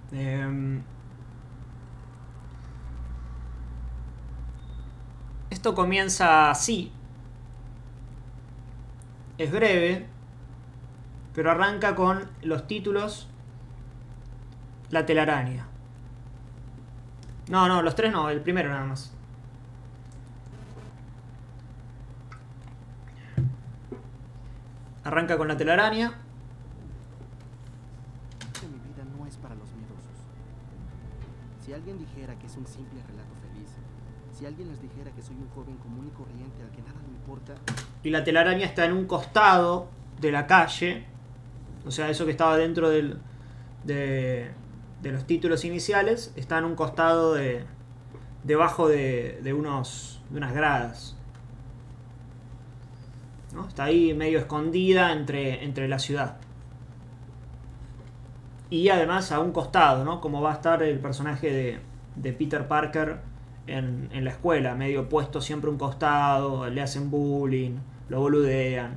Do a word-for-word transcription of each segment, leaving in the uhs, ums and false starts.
Eh, esto comienza así. Es breve, pero arranca con los títulos La telaraña. No, no, los tres no, el primero nada más. Arranca con La telaraña. De mi vida no es para los miedosos. Si alguien dijera que es un simple relato feliz, si alguien les dijera que soy un joven común y corriente al que nada le importa... Y la telaraña está en un costado de la calle. O sea, eso que estaba dentro del, de, de los títulos iniciales está en un costado de debajo de, de unos de unas gradas, ¿no? Está ahí medio escondida entre, entre la ciudad. Y además a un costado, ¿no? Como va a estar el personaje de, de Peter Parker en, en la escuela, medio puesto siempre a un costado, le hacen bullying, lo boludean.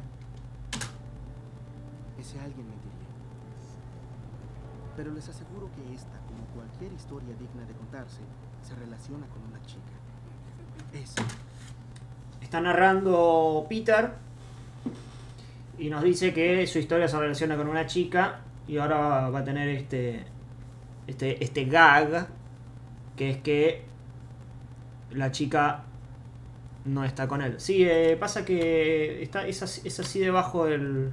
Ese alguien mentiría. Pero les aseguro que esta, como cualquier historia digna de contarse, se relaciona con una chica. Es. Está narrando Peter y nos dice que su historia se relaciona con una chica y ahora va a tener este este este gag, que es que la chica no está con él. Sí, eh, pasa que está es así, es así debajo del...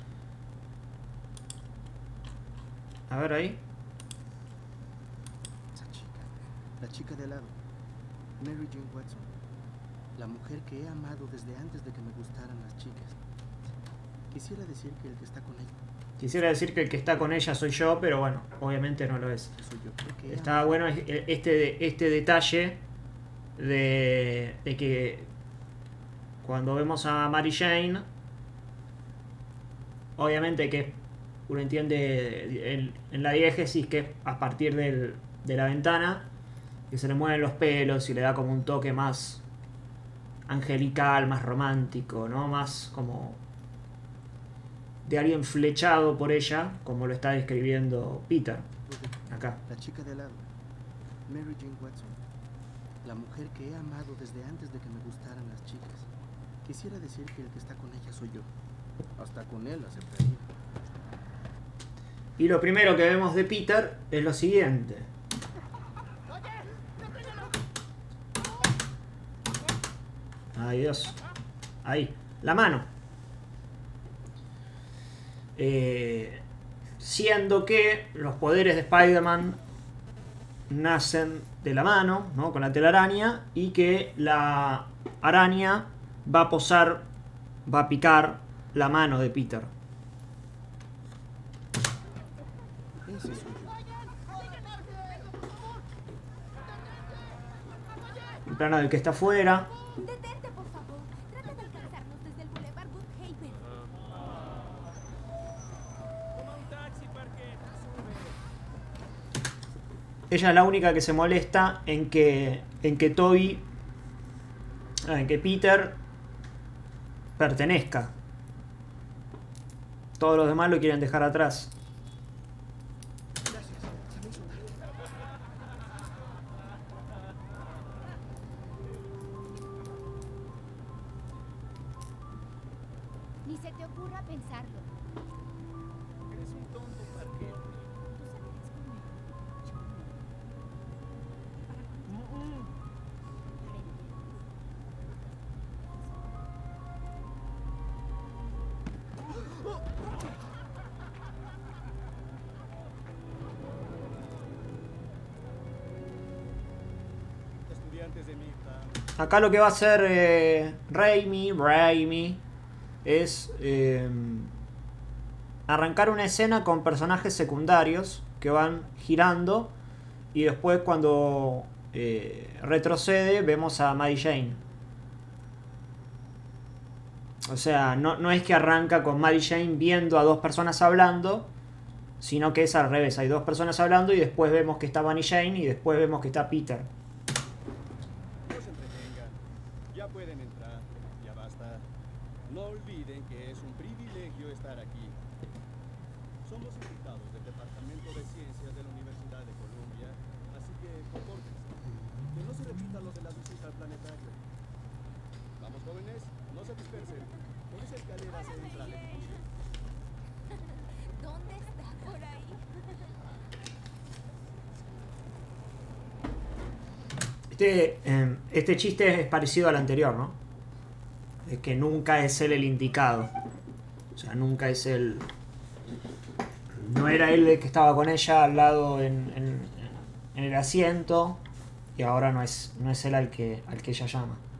A ver ahí. Esa chica. La chica de al lado. Mary Jane Watson. La mujer que he amado desde antes de que me gustaran las chicas. Quisiera decir que el que está con ella... Quisiera decir que el que está con ella soy yo, pero bueno, obviamente no lo es. Soy yo. Porque Está bueno este, este detalle de, de que cuando vemos a Mary Jane, obviamente que uno entiende en, en la diégesis que es a partir del, de la ventana, que se le mueven los pelos y le da como un toque más angelical, más romántico, ¿no? Más como de alguien flechado por ella, como lo está describiendo Peter acá. La chica de al lado. Mary Jane Watson. La mujer que he amado desde antes de que me gustaran las chicas. Quisiera decir que el que está con ella soy yo. Hasta con él aceptaría. Y lo primero que vemos de Peter es lo siguiente. Ay, Dios. Ahí. La mano. Eh, siendo que los poderes de Spider-Man nacen de la mano, ¿no? Con la telaraña, y que la araña va a posar, va a picar la mano de Peter. Ese soy yo. El plano del que está afuera. Detente, por favor. Trata de alcanzarnos desde el Boulevard Woodhaven. Toma un taxi, Parker. Ella es la única que se molesta en que en que Toby, en que Peter pertenezca. Todos los demás lo quieren dejar atrás. Gracias. Se me hizo tarde. Ni se te ocurra pensarlo. Eres un tonto, Parker. Tú saldrás conmigo. Yo no. Para cuando Mm, mm. Estudiantes de Midtown. Acá lo que va a hacer eh, Raimi, Raimi es eh, arrancar una escena con personajes secundarios que van girando y después cuando eh, retrocede vemos a Mary Jane. O sea, no, no es que arranca con Mary Jane viendo a dos personas hablando, sino que es al revés. Hay dos personas hablando y después vemos que está Mary Jane y después vemos que está Peter. No se entretengan. Ya pueden entrar. Ya basta. No olviden que es un privilegio estar aquí. Somos invitados del Departamento de Ciencias de la Universidad de Este, eh, este chiste es parecido al anterior, ¿no? Es que nunca es él el indicado. O sea, nunca es él... No era él el que estaba con ella al lado en, en, en el asiento. Y ahora no es, no es él al que, al que ella llama.